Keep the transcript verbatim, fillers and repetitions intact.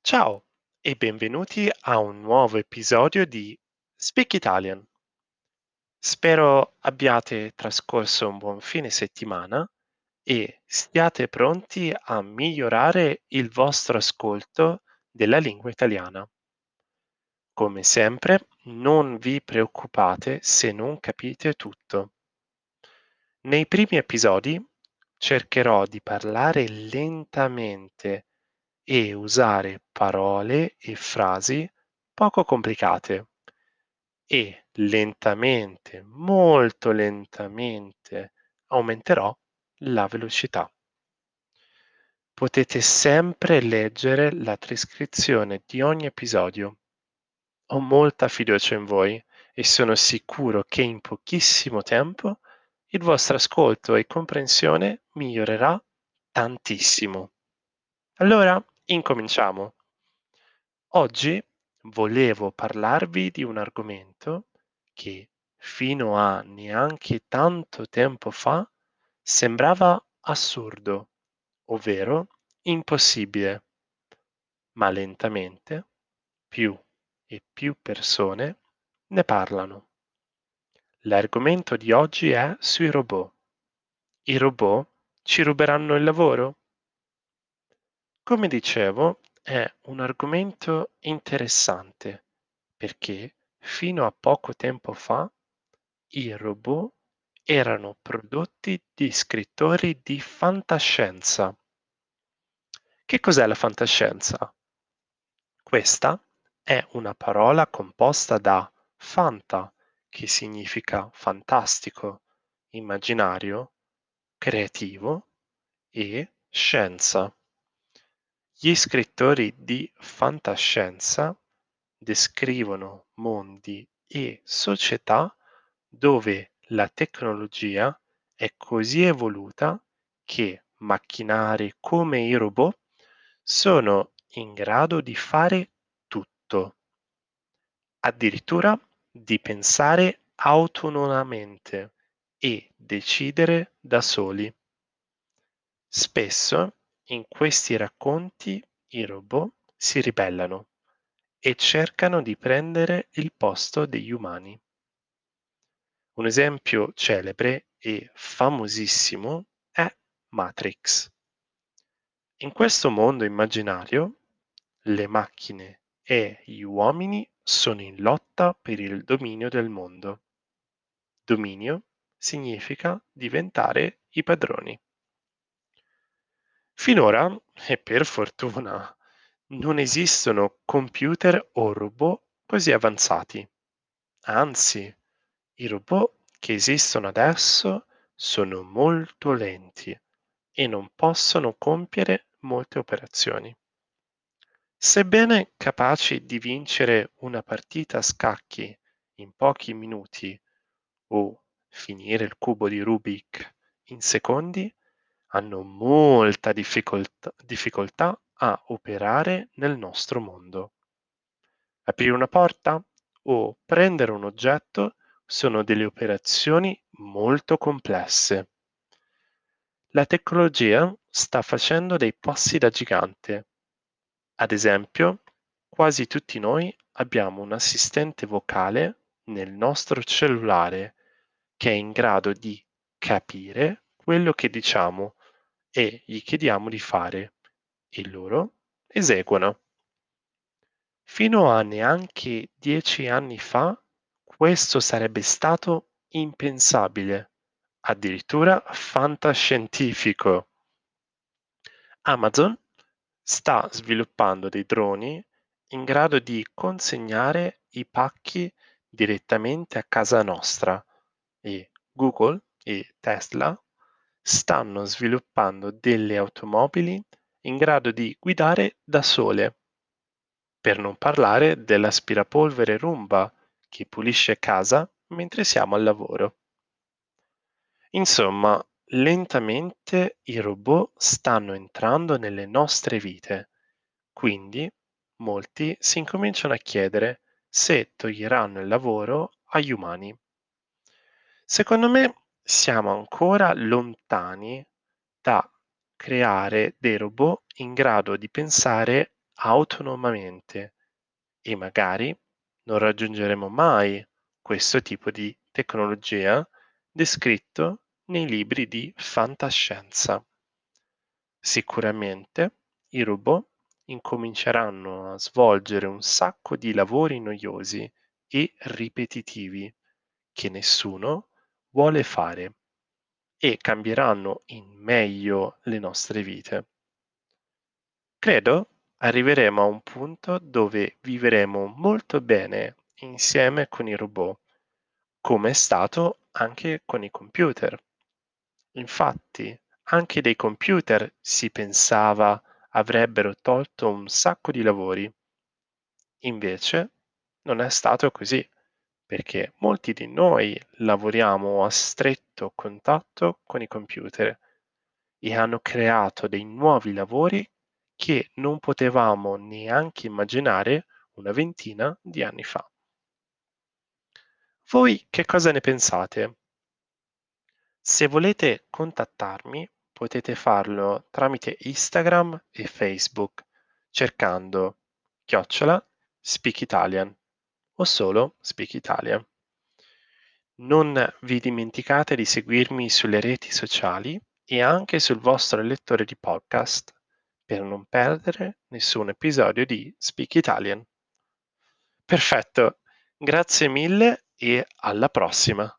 Ciao e benvenuti a un nuovo episodio di Speak Italian. Spero abbiate trascorso un buon fine settimana e stiate pronti a migliorare il vostro ascolto della lingua italiana. Come sempre, non vi preoccupate se non capite tutto. Nei primi episodi cercherò di parlare lentamente e usare parole e frasi poco complicate e lentamente, molto lentamente aumenterò la velocità. Potete sempre leggere la trascrizione di ogni episodio. Ho molta fiducia in voi e sono sicuro che in pochissimo tempo il vostro ascolto e comprensione migliorerà tantissimo. Allora, incominciamo. Oggi volevo parlarvi di un argomento che fino a neanche tanto tempo fa sembrava assurdo, ovvero impossibile, ma lentamente più e più persone ne parlano. L'argomento di oggi è sui robot. I robot ci ruberanno il lavoro? Come dicevo, è un argomento interessante perché fino a poco tempo fa i robot erano prodotti di scrittori di fantascienza. Che cos'è la fantascienza? Questa è una parola composta da fanta, che significa fantastico, immaginario, creativo e scienza. Gli scrittori di fantascienza descrivono mondi e società dove la tecnologia è così evoluta che macchinari come i robot sono in grado di fare tutto, addirittura di pensare autonomamente e decidere da soli. Spesso in questi racconti i robot si ribellano e cercano di prendere il posto degli umani. Un esempio celebre e famosissimo è Matrix. In questo mondo immaginario, le macchine e gli uomini sono in lotta per il dominio del mondo. Dominio significa diventare i padroni. Finora, e per fortuna, non esistono computer o robot così avanzati. Anzi, i robot che esistono adesso sono molto lenti e non possono compiere molte operazioni. Sebbene capaci di vincere una partita a scacchi in pochi minuti o finire il cubo di Rubik in secondi, hanno molta difficolt- difficoltà a operare nel nostro mondo. Aprire una porta o prendere un oggetto sono delle operazioni molto complesse. La tecnologia sta facendo dei passi da gigante. Ad esempio, quasi tutti noi abbiamo un assistente vocale nel nostro cellulare che è in grado di capire quello che diciamo e gli chiediamo di fare e loro eseguono. Fino a neanche dieci anni fa questo sarebbe stato impensabile, addirittura fantascientifico. Amazon sta sviluppando dei droni in grado di consegnare i pacchi direttamente a casa nostra e Google e Tesla stanno sviluppando delle automobili in grado di guidare da sole, per non parlare dell'aspirapolvere Roomba che pulisce casa mentre siamo al lavoro. Insomma, lentamente i robot stanno entrando nelle nostre vite, quindi molti si incominciano a chiedere se toglieranno il lavoro agli umani. Secondo me siamo ancora lontani da creare dei robot in grado di pensare autonomamente e magari non raggiungeremo mai questo tipo di tecnologia descritto nei libri di fantascienza. Sicuramente i robot incominceranno a svolgere un sacco di lavori noiosi e ripetitivi che nessuno vuole fare e cambieranno in meglio le nostre vite. Credo arriveremo a un punto dove vivremo molto bene insieme con i robot, come è stato anche con i computer. Infatti, anche dei computer si pensava avrebbero tolto un sacco di lavori. Invece non è stato così, perché molti di noi lavoriamo a stretto contatto con i computer e hanno creato dei nuovi lavori che non potevamo neanche immaginare una ventina di anni fa. Voi che cosa ne pensate? Se volete contattarmi, potete farlo tramite Instagram e Facebook, cercando chiocciola Speak Italian o solo Speak Italia. Non vi dimenticate di seguirmi sulle reti sociali e anche sul vostro lettore di podcast per non perdere nessun episodio di Speak Italian. Perfetto, grazie mille e alla prossima.